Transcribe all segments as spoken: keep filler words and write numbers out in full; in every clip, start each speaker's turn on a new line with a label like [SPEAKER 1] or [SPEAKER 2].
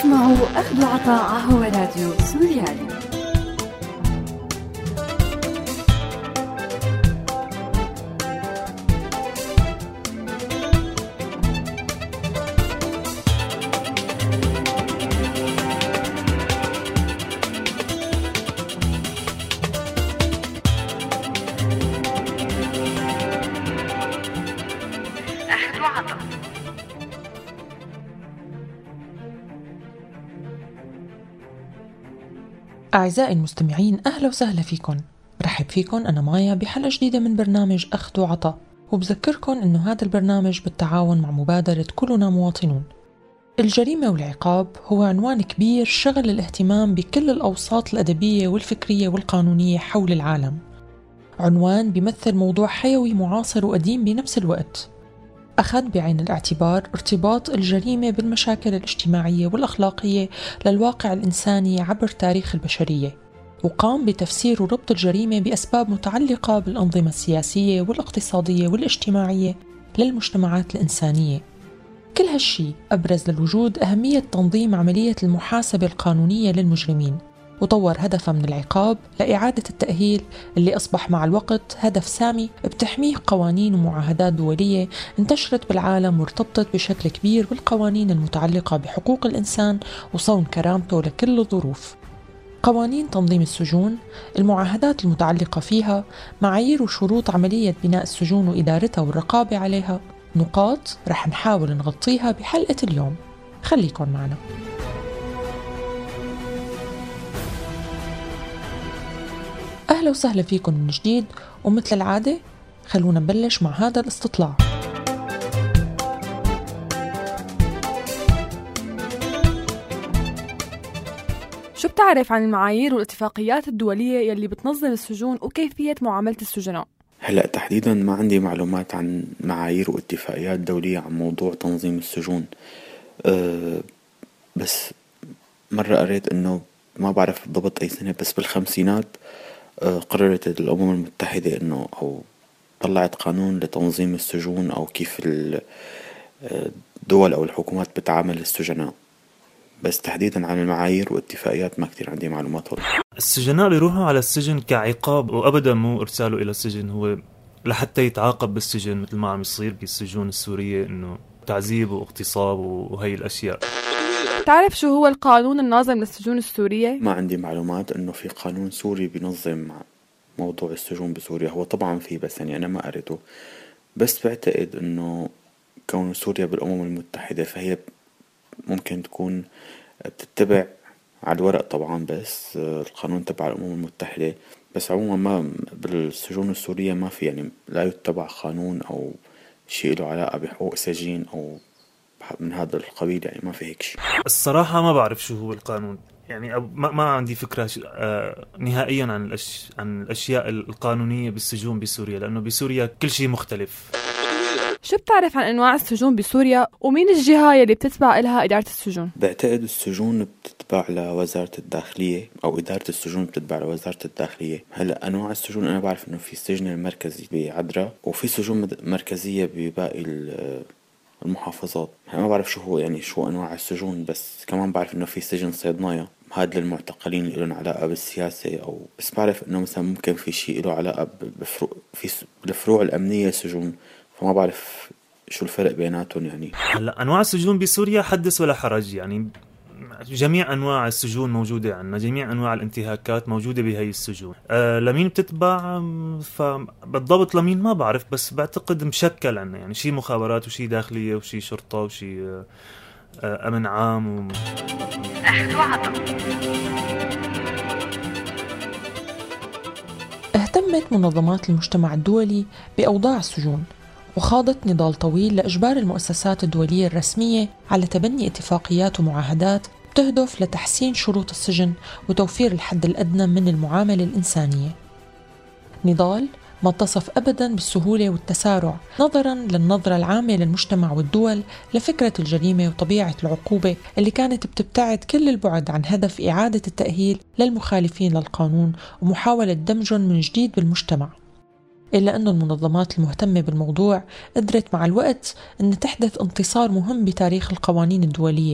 [SPEAKER 1] تسمعوا أخذ وعطاء على هوا راديو سوريالي.
[SPEAKER 2] أعزائي المستمعين، أهلا وسهلا فيكم. برحب فيكم أنا مايا بحلقة جديدة من برنامج أخذ وعطاء، وبذكركم أنه هذا البرنامج بالتعاون مع مبادرة كلنا مواطنون. الجريمة والعقاب هو عنوان كبير شغل الاهتمام بكل الأوساط الأدبية والفكرية والقانونية حول العالم، عنوان بيمثل موضوع حيوي معاصر وقديم بنفس الوقت. أخذ بعين الاعتبار ارتباط الجريمة بالمشاكل الاجتماعية والأخلاقية للواقع الإنساني عبر تاريخ البشرية، وقام بتفسير وربط الجريمة بأسباب متعلقة بالأنظمة السياسية والاقتصادية والاجتماعية للمجتمعات الإنسانية. كل هالشي أبرز للوجود أهمية تنظيم عملية المحاسبة القانونية للمجرمين، وطور هدفها من العقاب لإعادة التأهيل اللي أصبح مع الوقت هدف سامي بتحميه قوانين ومعاهدات دولية انتشرت بالعالم وارتبطت بشكل كبير بالقوانين المتعلقة بحقوق الإنسان وصون كرامته لكل الظروف. قوانين تنظيم السجون، المعاهدات المتعلقة فيها، معايير وشروط عملية بناء السجون وإدارتها والرقابة عليها، نقاط رح نحاول نغطيها بحلقة اليوم. خليكن معنا. أهلا وسهلا فيكم من جديد، ومثل العادة خلونا نبلش مع هذا الاستطلاع.
[SPEAKER 3] شو بتعرف عن المعايير والاتفاقيات الدولية يلي بتنظم السجون وكيفية معاملة السجناء؟
[SPEAKER 4] هلأ تحديدا ما عندي معلومات عن معايير واتفاقيات دولية عن موضوع تنظيم السجون، أه بس مرة قريت انه ما بعرف بالضبط اي سنة، بس بالخمسينات قررت الأمم المتحدة إنه أو طلعت قانون لتنظيم السجون أو كيف الدول أو الحكومات بتعامل السجناء، بس تحديدا عن المعايير واتفاقيات ما كتير عندي معلومات والله.
[SPEAKER 5] السجناء بيروحوا على السجن كعقاب، وأبدا مو إرساله إلى السجن، هو لحتى يتعاقب بالسجن مثل ما عم يصير بالسجون السورية، إنه تعذيب واغتصاب وهي الأشياء.
[SPEAKER 3] تعرف شو هو القانون الناظم للسجون السورية؟
[SPEAKER 4] ما عندي معلومات انه في قانون سوري بينظم موضوع السجون بسوريا، هو طبعا في بس يعني انا ما قريته، بس بعتقد انه كون سوريا بالامم المتحدة فهي ممكن تكون بتتبع على الورق طبعا، بس القانون تبع الامم المتحدة، بس عموما ما بالسجون السورية ما في يعني لا يتبع قانون او شيء له علاقة بحقوق سجين او من هذا القبيل، يعني ما في هيك شيء.
[SPEAKER 5] الصراحة ما بعرف شو هو القانون، يعني ما ما عندي فكرة آه نهائيا عن الأش عن الأشياء القانونية بالسجون بسوريا، لأنه بسوريا كل شيء مختلف.
[SPEAKER 3] شو بتعرف عن أنواع السجون بسوريا، ومين الجهة اللي بتتبع لها إدارة السجون؟
[SPEAKER 4] بعتقد السجون بتتبع لوزارة الداخلية، أو إدارة السجون بتتبع لوزارة الداخلية. هلأ أنواع السجون أنا بعرف إنه في السجن المركزي بعدرا، وفي سجون مركزية بباقي المحافظات. ما بعرف شو هو يعني شو أنواع السجون، بس كمان بعرف إنه في سجن صيدنايا هاد للمعتقلين اللي لهم علاقة بالسياسة، أو بس بعرف إنه مثلا ممكن في شيء له علاقة بفروع في الفروع الأمنية سجون، فما بعرف شو الفرق بيناتهم. يعني
[SPEAKER 5] هلا أنواع السجون بسوريا حدث ولا حرج، يعني جميع أنواع السجون موجودة عندنا، جميع أنواع الانتهاكات موجودة بهاي السجون. أه لمين بتتبع فبالضبط لمين ما بعرف، بس بعتقد مشكل عنا، يعني شي مخابرات وشي داخلية وشي شرطة وشي أه أمن عام و...
[SPEAKER 2] اهتمت منظمات المجتمع الدولي بأوضاع السجون، وخاضت نضال طويل لإجبار المؤسسات الدولية الرسمية على تبني اتفاقيات ومعاهدات تهدف لتحسين شروط السجن وتوفير الحد الأدنى من المعاملة الإنسانية. نضال ما اتصف أبداً بالسهولة والتسارع نظراً للنظرة العامة للمجتمع والدول لفكرة الجريمة وطبيعة العقوبة اللي كانت بتبتعد كل البعد عن هدف إعادة التأهيل للمخالفين للقانون ومحاولة دمجهم من جديد بالمجتمع. إلا أن المنظمات المهتمة بالموضوع قدرت مع الوقت أن تحدث انتصار مهم بتاريخ القوانين الدولية،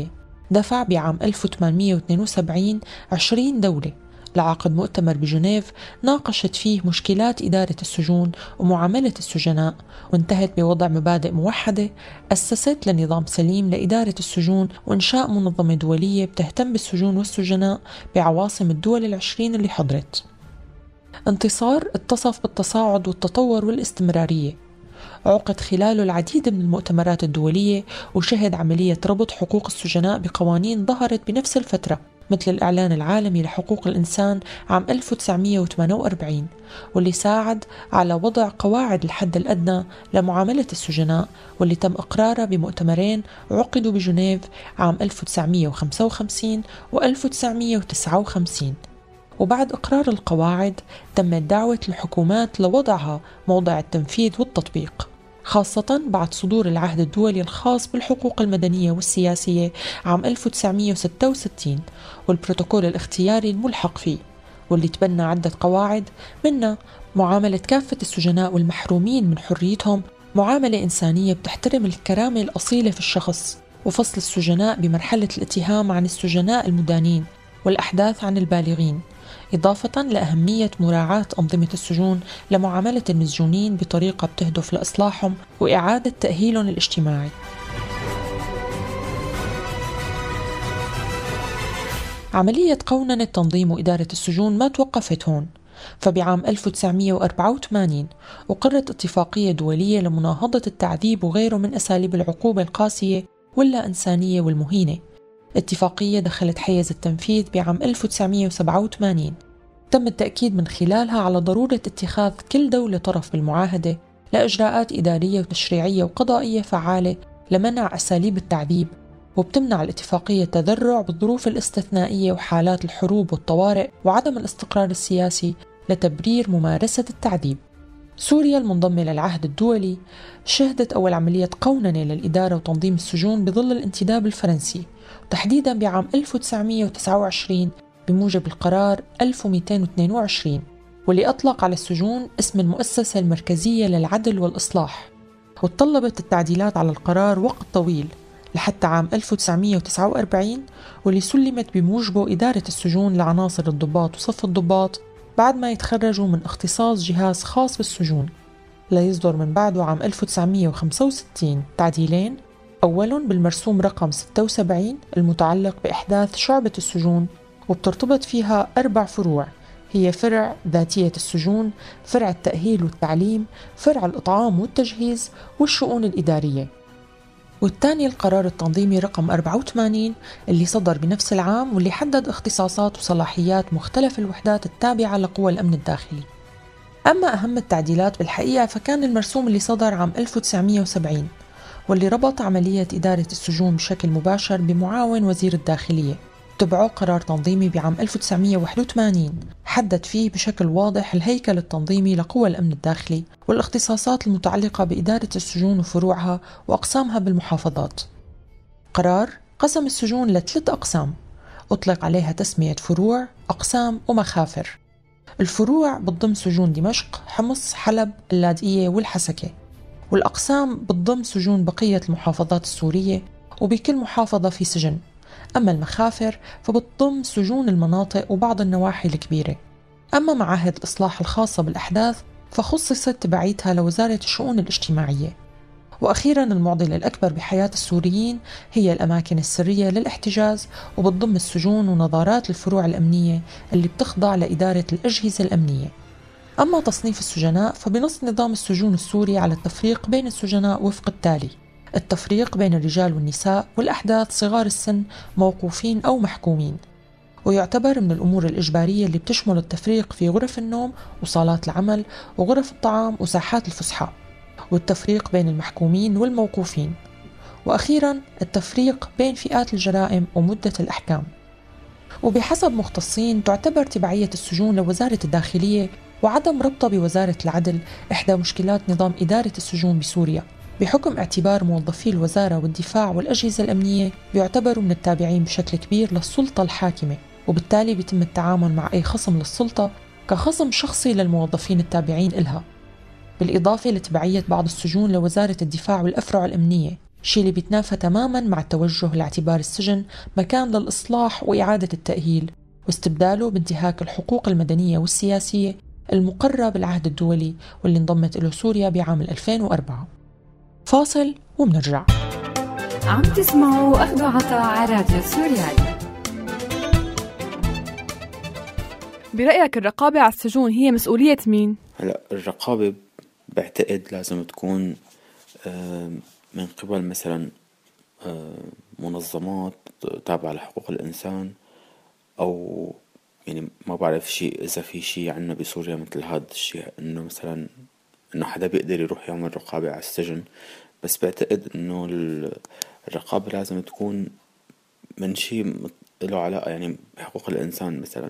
[SPEAKER 2] دفع بعام ألف وثمانمئة واثنين وسبعين عشرين دولة لعقد مؤتمر بجنيف ناقشت فيه مشكلات إدارة السجون ومعاملة السجناء، وانتهت بوضع مبادئ موحدة أسست لنظام سليم لإدارة السجون وإنشاء منظمة دولية بتهتم بالسجون والسجناء بعواصم الدول العشرين اللي حضرت. انتصار اتصف بالتصاعد والتطور والاستمرارية، عقد خلاله العديد من المؤتمرات الدولية وشهد عملية ربط حقوق السجناء بقوانين ظهرت بنفس الفترة، مثل الإعلان العالمي لحقوق الإنسان عام ألف وتسعمئة وثمانية وأربعين، واللي ساعد على وضع قواعد الحد الأدنى لمعاملة السجناء، واللي تم إقرارها بمؤتمرين عقدوا بجنيف عام ألف وتسعمئة وخمسة وخمسين و ألف وتسعمئة وتسعة وخمسين. وبعد إقرار القواعد تمت دعوة الحكومات لوضعها موضع التنفيذ والتطبيق، خاصة بعد صدور العهد الدولي الخاص بالحقوق المدنية والسياسية عام ألف وتسعمئة وستة وستين والبروتوكول الاختياري الملحق فيه، واللي تبنى عدة قواعد، منها معاملة كافة السجناء والمحرومين من حريتهم معاملة إنسانية بتحترم الكرامة الأصيلة في الشخص، وفصل السجناء بمرحلة الاتهام عن السجناء المدانين والأحداث عن البالغين، إضافة لأهمية مراعاة أنظمة السجون لمعاملة المسجونين بطريقة بتهدف لإصلاحهم وإعادة تأهيلهم الاجتماعي. عملية قوننة تنظيم وإدارة السجون ما توقفت هون، فبعام ألف وتسعمئة وأربعة وثمانين أقرت اتفاقية دولية لمناهضة التعذيب وغيره من أساليب العقوبة القاسية واللا إنسانية والمهينة. اتفاقية دخلت حيز التنفيذ بعام ألف وتسعمئة وسبعة وثمانين، تم التأكيد من خلالها على ضرورة اتخاذ كل دولة طرف بالمعاهدة لإجراءات إدارية وتشريعية وقضائية فعالة لمنع أساليب التعذيب، وبتمنع الاتفاقية التذرع بالظروف الاستثنائية وحالات الحروب والطوارئ وعدم الاستقرار السياسي لتبرير ممارسة التعذيب. سوريا المنضمة للعهد الدولي شهدت أول عملية قوننة للإدارة وتنظيم السجون بظل الانتداب الفرنسي، وتحديداً بعام ألف وتسعمئة وتسعة وعشرين بموجب القرار ألف ومئتين واثنين وعشرين، واللي أطلق على السجون اسم المؤسسة المركزية للعدل والإصلاح. وتطلبت التعديلات على القرار وقت طويل لحتى عام ألف وتسعمئة وتسعة وأربعين، واللي سلمت بموجبه إدارة السجون لعناصر الضباط وصف الضباط بعد ما يتخرجوا من اختصاص جهاز خاص بالسجون، ليصدر من بعده عام ألف وتسعمئة وخمسة وستين تعديلين، أول بالمرسوم رقم ستة وسبعين المتعلق بإحداث شعبة السجون، وبترتبط فيها أربع فروع، هي فرع ذاتية السجون، فرع التأهيل والتعليم، فرع الإطعام والتجهيز، والشؤون الإدارية. والثاني القرار التنظيمي رقم أربعة وثمانين اللي صدر بنفس العام، واللي حدد اختصاصات وصلاحيات مختلف الوحدات التابعة لقوى الأمن الداخلي. أما أهم التعديلات بالحقيقة فكان المرسوم اللي صدر عام ألف وتسعمئة وسبعين، واللي ربط عملية إدارة السجون بشكل مباشر بمعاون وزير الداخلية. تبعه قرار تنظيمي بعام ألف وتسعمئة وواحد وثمانين حدد فيه بشكل واضح الهيكل التنظيمي لقوى الأمن الداخلي والاختصاصات المتعلقة بإدارة السجون وفروعها وأقسامها بالمحافظات. قرار قسم السجون لثلاث أقسام أطلق عليها تسمية فروع، أقسام ومخافر. الفروع بتضم سجون دمشق، حمص، حلب، اللاذقية والحسكة، والأقسام بتضم سجون بقية المحافظات السورية وبكل محافظة في سجن. أما المخافر فبتضم سجون المناطق وبعض النواحي الكبيرة. أما معاهد الإصلاح الخاصة بالأحداث فخصصت تبعيتها لوزارة الشؤون الاجتماعية. وأخيراً المعضلة الأكبر بحياة السوريين هي الأماكن السرية للاحتجاز، وبتضم السجون ونظارات الفروع الأمنية اللي بتخضع لإدارة الأجهزة الأمنية. أما تصنيف السجناء فبنص نظام السجون السوري على التفريق بين السجناء وفق التالي: التفريق بين الرجال والنساء والأحداث صغار السن موقوفين أو محكومين، ويعتبر من الأمور الإجبارية اللي بتشمل التفريق في غرف النوم وصالات العمل وغرف الطعام وساحات الفسحة، والتفريق بين المحكومين والموقوفين، وأخيراً التفريق بين فئات الجرائم ومدة الأحكام. وبحسب مختصين تعتبر تبعية السجون لوزارة الداخلية وعدم ربطها بوزارة العدل إحدى مشكلات نظام إدارة السجون بسوريا، بحكم اعتبار موظفي الوزارة والدفاع والأجهزة الأمنية بيعتبروا من التابعين بشكل كبير للسلطة الحاكمة، وبالتالي بيتم التعامل مع أي خصم للسلطة كخصم شخصي للموظفين التابعين إلها، بالإضافة لتبعية بعض السجون لوزارة الدفاع والأفرع الأمنية، شيء اللي بيتنافى تماماً مع التوجه لاعتبار السجن مكان للإصلاح وإعادة التأهيل واستبداله بانتهاك الحقوق المدنية والسياسية المقرة بالعهد الدولي واللي انضمت له سوريا بعام ألفين وأربعة. فاصل ومنرجع.
[SPEAKER 1] عم تسمعوا أخذ وعطاء على راديو سوريالي.
[SPEAKER 3] برأيك الرقابة على السجون هي مسؤولية مين؟
[SPEAKER 4] هلا الرقابة بعتقد لازم تكون من قبل مثلا منظمات تابعة لحقوق الإنسان، أو يعني ما بعرف شيء إذا في شيء عنا بسوريا مثل هذا الشيء، إنه مثلا إنه حدا بيقدر يروح يعمل رقابة على السجن. بس بعتقد إنه الرقابة لازم تكون من شيء له علاقة يعني بحقوق الإنسان مثلا.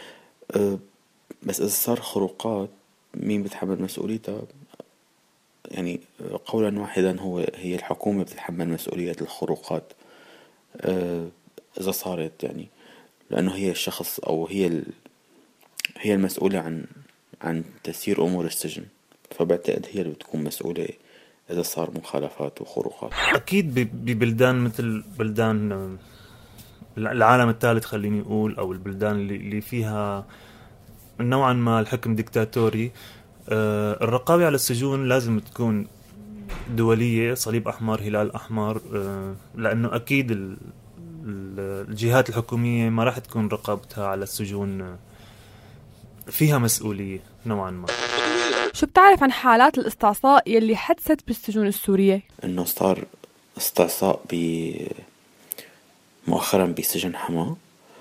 [SPEAKER 4] بس إذا صار خروقات مين بتحمل مسؤوليتها؟ يعني قولا واحدا هو هي الحكومة بتتحمل مسؤولية الخروقات إذا صارت، يعني لأنه هي الشخص أو هي ال... هي المسؤولة عن عن تسيير أمور السجن، فبعتقد هي اللي بتكون مسؤولة إذا صار مخالفات وخروقات.
[SPEAKER 5] أكيد ببلدان مثل بلدان العالم الثالث خليني أقول، أو البلدان اللي فيها نوعا ما الحكم ديكتاتوري، الرقابة على السجون لازم تكون دولية، صليب أحمر هلال أحمر، لأنه أكيد الجهات الحكومية ما راح تكون رقابتها على السجون فيها مسؤولية نوعا ما.
[SPEAKER 3] شو بتعرف عن حالات الاستعصاء يلي حدثت بالسجون السورية؟
[SPEAKER 4] إنه صار استعصاء ب مؤخرا بسجن حما،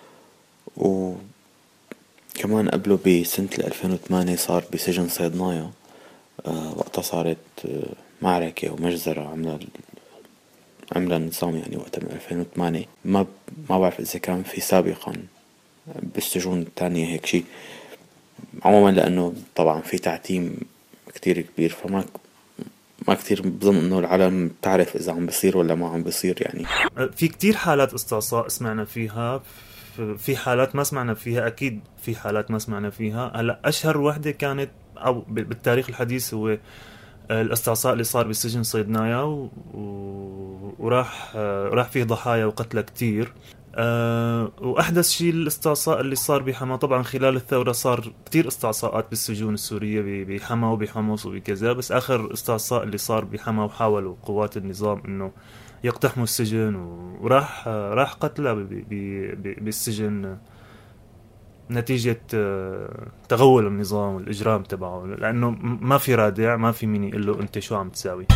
[SPEAKER 4] وكمان قبله بسنة ألفين وثمانية صار بسجن صيدنايا. أه وقتها صارت أه معركة ومجزرة عملها عملها النظام يعني وقتها من ألفين وثمانية. ما ما بعرف إذا كان في سابقا بالسجون الثانية هيك شيء عموما، لأنه طبعا في تعتيم كتير كبير، فما ما كتير بظن إنه العالم تعرف إذا عم بيصير ولا ما عم بيصير. يعني
[SPEAKER 5] في كتير حالات استعصاء سمعنا فيها، في حالات ما سمعنا فيها، أكيد في حالات ما سمعنا فيها. هلا أشهر وحدة كانت أو بالتاريخ الحديث هو الاستعصاء اللي صار بالسجن صيدنايا، و... وراح راح فيه ضحايا وقتلى كتير. أه وأحدث شيء الاستعصاء اللي صار بحما. طبعا خلال الثورة صار كتير استعصاءات بالسجون السورية بحما وبحمص وبكذا، بس آخر استعصاء اللي صار بحما وحاولوا قوات النظام إنه يقتحموا السجن، وراح راح قتلى بالسجن نتيجة تغول النظام والإجرام تبعه، لأنه ما في رادع، ما في مين يقول له أنت شو عم تساوي.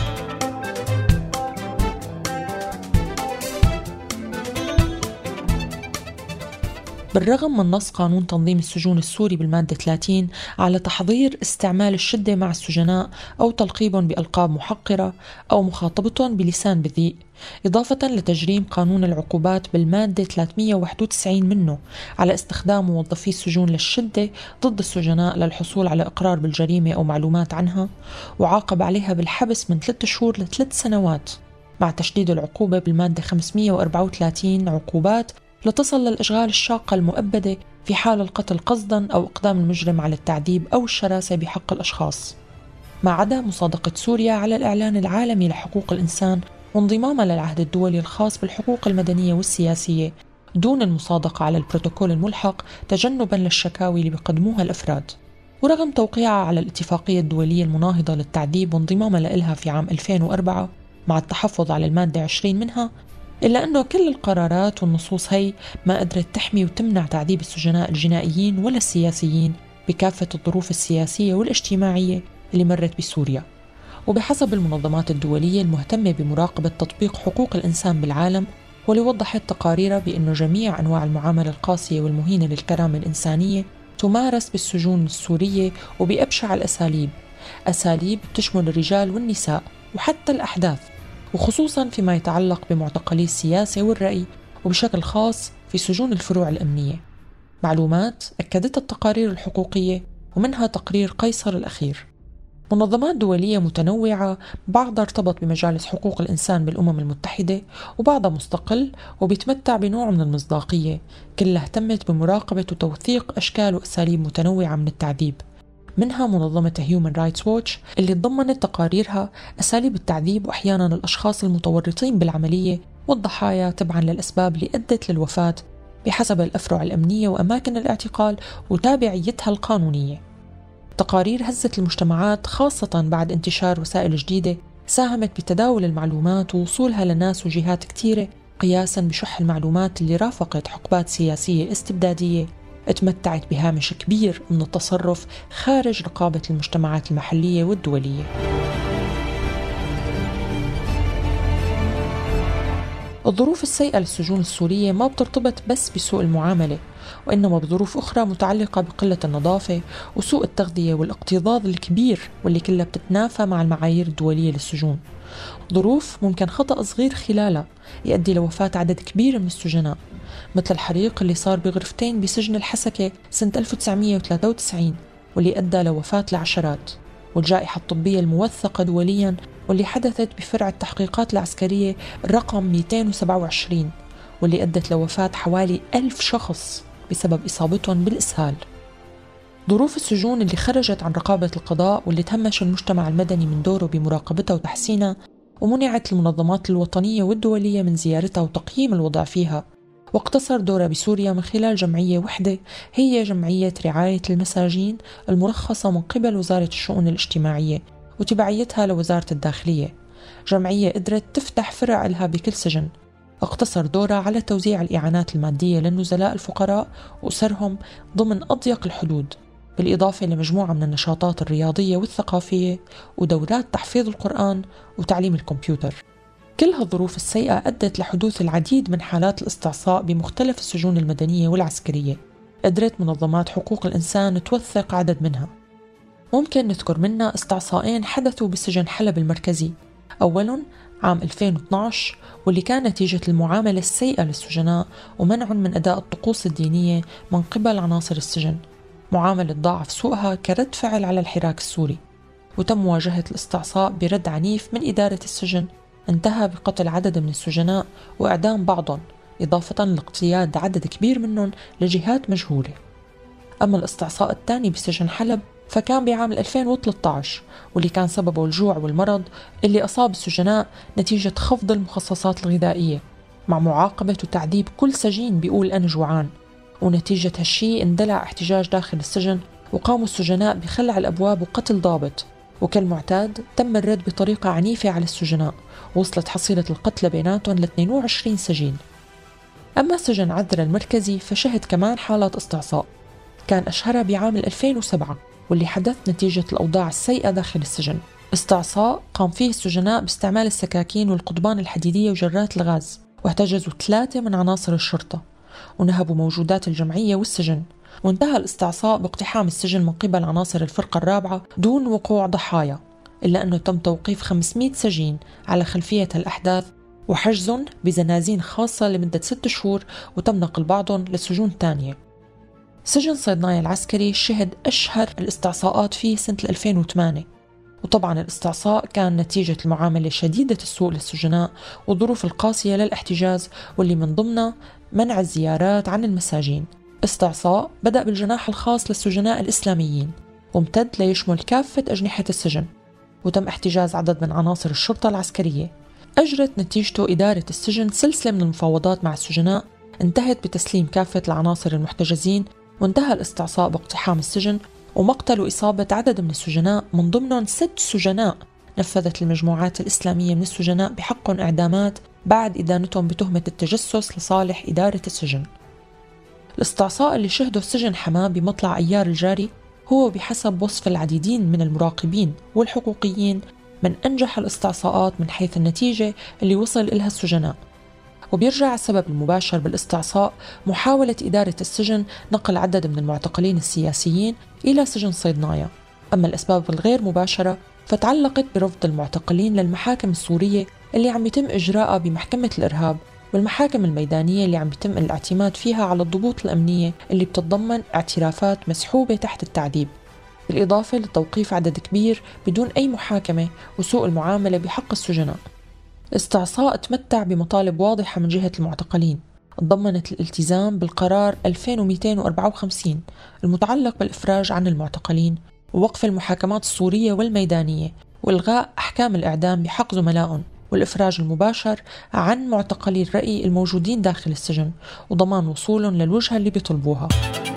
[SPEAKER 2] بالرغم من نص قانون تنظيم السجون السوري بالمادة ثلاثين على تحظير استعمال الشدة مع السجناء أو تلقيبهم بألقاب محقرة أو مخاطبتهم بلسان بذيء، إضافة لتجريم قانون العقوبات بالمادة ثلاثمية وواحد وتسعين منه على استخدام موظفي السجون للشدة ضد السجناء للحصول على إقرار بالجريمة أو معلومات عنها، وعاقب عليها بالحبس من ثلاثة شهور لثلاث سنوات، مع تشديد العقوبة بالمادة خمسمية وأربعة وثلاثين عقوبات لتصل للإشغال الشاقة المؤبدة في حال القتل قصدا أو إقدام المجرم على التعذيب أو الشراسة بحق الأشخاص، ما عدا مصادقة سوريا على الإعلان العالمي لحقوق الإنسان وانضمامها للعهد الدولي الخاص بالحقوق المدنية والسياسية دون المصادقة على البروتوكول الملحق تجنبا للشكاوي اللي بيقدموها الأفراد. ورغم توقيعها على الاتفاقية الدولية المناهضة للتعذيب وانضمامها لإلها في عام ألفين وأربعة مع التحفظ على المادة عشرين منها، إلا أنه كل القرارات والنصوص هي ما قدرت تحمي وتمنع تعذيب السجناء الجنائيين ولا السياسيين بكافة الظروف السياسية والاجتماعية اللي مرت بسوريا. وبحسب المنظمات الدولية المهتمة بمراقبة تطبيق حقوق الإنسان بالعالم، واللي وضحت تقاريرها بأنه جميع أنواع المعاملة القاسية والمهينة للكرامة الإنسانية تمارس بالسجون السورية وبأبشع الأساليب، أساليب تشمل الرجال والنساء وحتى الأحداث، وخصوصا فيما يتعلق بمعتقلي السياسة والرأي، وبشكل خاص في سجون الفروع الأمنية. معلومات أكدتها التقارير الحقوقية ومنها تقرير قيصر الأخير. منظمات دولية متنوعة، بعضها ارتبط بمجالس حقوق الإنسان بالأمم المتحدة وبعضها مستقل وبيتمتع بنوع من المصداقية، كلها اهتمت بمراقبة وتوثيق أشكال وأساليب متنوعة من التعذيب، منها منظمة هيومن رايتس ووتش اللي ضمنت تقاريرها أساليب التعذيب وأحيانا الأشخاص المتورطين بالعملية والضحايا تبعا للأسباب اللي أدت للوفاة بحسب الأفرع الأمنية وأماكن الاعتقال وتابعيتها القانونية. تقارير هزت المجتمعات خاصة بعد انتشار وسائل جديدة ساهمت بتداول المعلومات ووصولها لناس وجهات كتيرة قياساً بشح المعلومات اللي رافقت حقبات سياسية استبدادية اتمتعت بهامش كبير من التصرف خارج رقابة المجتمعات المحلية والدولية. الظروف السيئة للسجون السورية ما بترتبط بس بسوء المعاملة، وإنما بظروف أخرى متعلقة بقلة النظافة وسوء التغذية والاكتظاظ الكبير واللي كلها بتتنافى مع المعايير الدولية للسجون. ظروف ممكن خطأ صغير خلالها يؤدي لوفاة عدد كبير من السجناء، مثل الحريق اللي صار بغرفتين بسجن الحسكة سنة ألف وتسعمية وثلاثة وتسعين واللي أدى لوفاة العشرات، والجائحة الطبية الموثقة دولياً واللي حدثت بفرع التحقيقات العسكرية رقم مئتين وسبعة وعشرين واللي أدت لوفاة حوالي ألف شخص بسبب إصابتهم بالإسهال. ظروف السجون اللي خرجت عن رقابة القضاء واللي تهمش المجتمع المدني من دوره بمراقبتها وتحسينها، ومنعت المنظمات الوطنية والدولية من زيارتها وتقييم الوضع فيها، واقتصر دورها بسوريا من خلال جمعية وحدة هي جمعية رعاية المساجين المرخصة من قبل وزارة الشؤون الاجتماعية وتبعيتها لوزارة الداخلية. جمعية قدرت تفتح فرع لها بكل سجن، اقتصر دورها على توزيع الإعانات المادية للنزلاء الفقراء وأسرهم ضمن أضيق الحدود، بالإضافة لمجموعة من النشاطات الرياضية والثقافية ودورات تحفيظ القرآن وتعليم الكمبيوتر. كل هالظروف السيئة أدت لحدوث العديد من حالات الاستعصاء بمختلف السجون المدنية والعسكرية، قدرت منظمات حقوق الإنسان توثق عدد منها. ممكن نذكر منها استعصائين حدثوا بسجن حلب المركزي، أولاً عام ألفين واثناشر واللي كان نتيجة المعاملة السيئة للسجناء ومنع من أداء الطقوس الدينية من قبل عناصر السجن، معاملة ضاعف سوءها كرد فعل على الحراك السوري، وتم مواجهة الاستعصاء برد عنيف من إدارة السجن انتهى بقتل عدد من السجناء وإعدام بعضهم، إضافة لاقتياد عدد كبير منهم لجهات مجهولة. أما الاستعصاء الثاني بسجن حلب فكان بعام ألفين وثلاثة عشر واللي كان سببه الجوع والمرض اللي أصاب السجناء نتيجة خفض المخصصات الغذائية مع معاقبة وتعذيب كل سجين بيقول أنا جوعان، ونتيجة هالشي اندلع احتجاج داخل السجن وقاموا السجناء بخلع الأبواب وقتل ضابط، وكالمعتاد تم الرد بطريقة عنيفة على السجناء، وصلت حصيلة القتلى بيناتهم ل اثنين وعشرين سجين. أما سجن عذرا المركزي فشهد كمان حالات استعصاء، كان أشهرها بعام ألفين وسبعة واللي حدث نتيجة الأوضاع السيئة داخل السجن. استعصاء قام فيه السجناء باستعمال السكاكين والقضبان الحديدية وجرات الغاز، واحتجزوا ثلاثة من عناصر الشرطة ونهبوا موجودات الجمعية والسجن، وانتهى الاستعصاء باقتحام السجن من قبل عناصر الفرقة الرابعة دون وقوع ضحايا، إلا أنه تم توقيف خمسمئة سجين على خلفية الأحداث وحجزهم بزنازين خاصة لمدة ست شهور، وتم نقل بعضهم لسجون تانية. سجن صيدنايا العسكري شهد أشهر الاستعصاءات فيه سنة ألفين وثمانية، وطبعا الاستعصاء كان نتيجة المعاملة شديدة السوء للسجناء والظروف القاسية للاحتجاز واللي من ضمنها منع الزيارات عن المساجين. استعصاء بدأ بالجناح الخاص للسجناء الإسلاميين وامتد ليشمل كافة أجنحة السجن، وتم احتجاز عدد من عناصر الشرطة العسكرية. أجرت نتيجته إدارة السجن سلسلة من المفاوضات مع السجناء انتهت بتسليم كافة العناصر المحتجزين، وانتهى الاستعصاء باقتحام السجن ومقتل وإصابة عدد من السجناء، من ضمنهم ست سجناء نفذت المجموعات الإسلامية من السجناء بحقهم إعدامات بعد إدانتهم بتهمة التجسس لصالح إدارة السجن. الاستعصاء اللي شهده السجن حماه بمطلع أيار الجاري هو بحسب وصف العديدين من المراقبين والحقوقيين من أنجح الاستعصاءات من حيث النتيجة اللي وصل إلها السجناء، وبيرجع السبب المباشر بالاستعصاء محاولة إدارة السجن نقل عدد من المعتقلين السياسيين إلى سجن صيدنايا. أما الأسباب الغير مباشرة فتعلقت برفض المعتقلين للمحاكم السورية اللي عم يتم إجراءها بمحكمة الإرهاب، والمحاكم الميدانية اللي عم يتم الاعتماد فيها على الضبوط الأمنية اللي بتتضمن اعترافات مسحوبة تحت التعذيب، بالإضافة لتوقيف عدد كبير بدون أي محاكمة وسوء المعاملة بحق السجناء. الاستعصاء تمتع بمطالب واضحة من جهة المعتقلين تضمنت الالتزام بالقرار ألفين ومئتين وأربعة وخمسين المتعلق بالإفراج عن المعتقلين ووقف المحاكمات الصورية والميدانية، وإلغاء أحكام الإعدام بحق زملائهم، والإفراج المباشر عن معتقلي الرأي الموجودين داخل السجن، وضمان وصولهم للوجهة اللي بيطلبوها.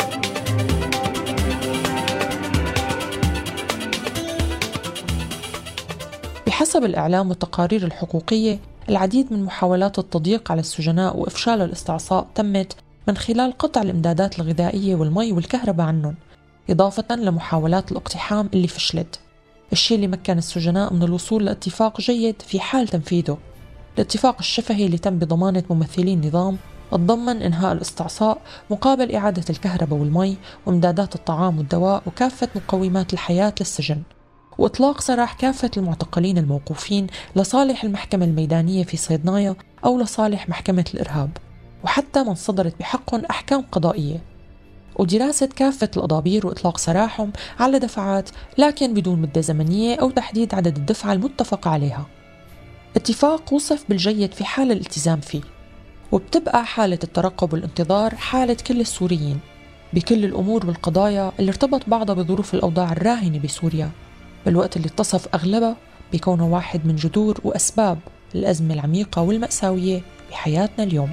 [SPEAKER 2] بحسب الإعلام والتقارير الحقوقية، العديد من محاولات التضييق على السجناء وإفشال الاستعصاء تمت من خلال قطع الإمدادات الغذائية والمي والكهرباء عنهم، إضافة لمحاولات الاقتحام اللي فشلت، الشيء اللي مكن السجناء من الوصول لاتفاق جيد في حال تنفيذه. الاتفاق الشفهي اللي تم بضمانة ممثلين النظام تضمن إنهاء الاستعصاء مقابل إعادة الكهرباء والمي وإمدادات الطعام والدواء وكافة مقومات الحياة للسجن، وإطلاق سراح كافة المعتقلين الموقوفين لصالح المحكمة الميدانية في صيدنايا أو لصالح محكمة الإرهاب، وحتى من صدرت بحقهم أحكام قضائية، ودراسة كافة الأضابير وإطلاق سراحهم على دفعات لكن بدون مدة زمنية أو تحديد عدد الدفعة المتفق عليها. اتفاق وصف بالجيد في حال الالتزام فيه، وبتبقى حالة الترقب والانتظار حالة كل السوريين بكل الأمور والقضايا اللي ارتبط بعضها بظروف الأوضاع الراهنة بسوريا، بالوقت اللي اتصف أغلبها بكونه واحد من جذور وأسباب الأزمة العميقة والمأساوية بحياتنا اليوم.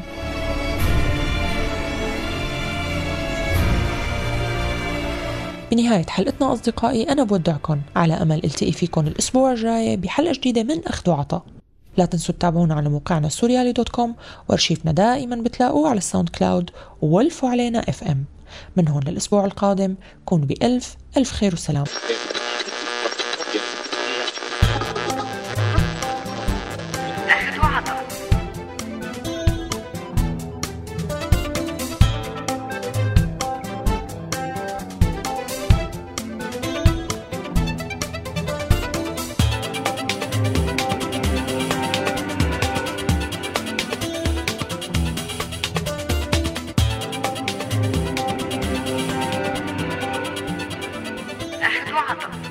[SPEAKER 2] بنهاية حلقتنا أصدقائي، أنا بودعكم على أمل التقي فيكم الأسبوع الجاي بحلقة جديدة من أخذ وعطاء. لا تنسوا تتابعونا على موقعنا سوريالي دوت كوم، وارشيفنا دائما بتلاقوه على الساوند كلاود، وولفوا علينا اف ام. من هون للأسبوع القادم كونوا بألف ألف خير وسلام.
[SPEAKER 1] أخذ وعطاء.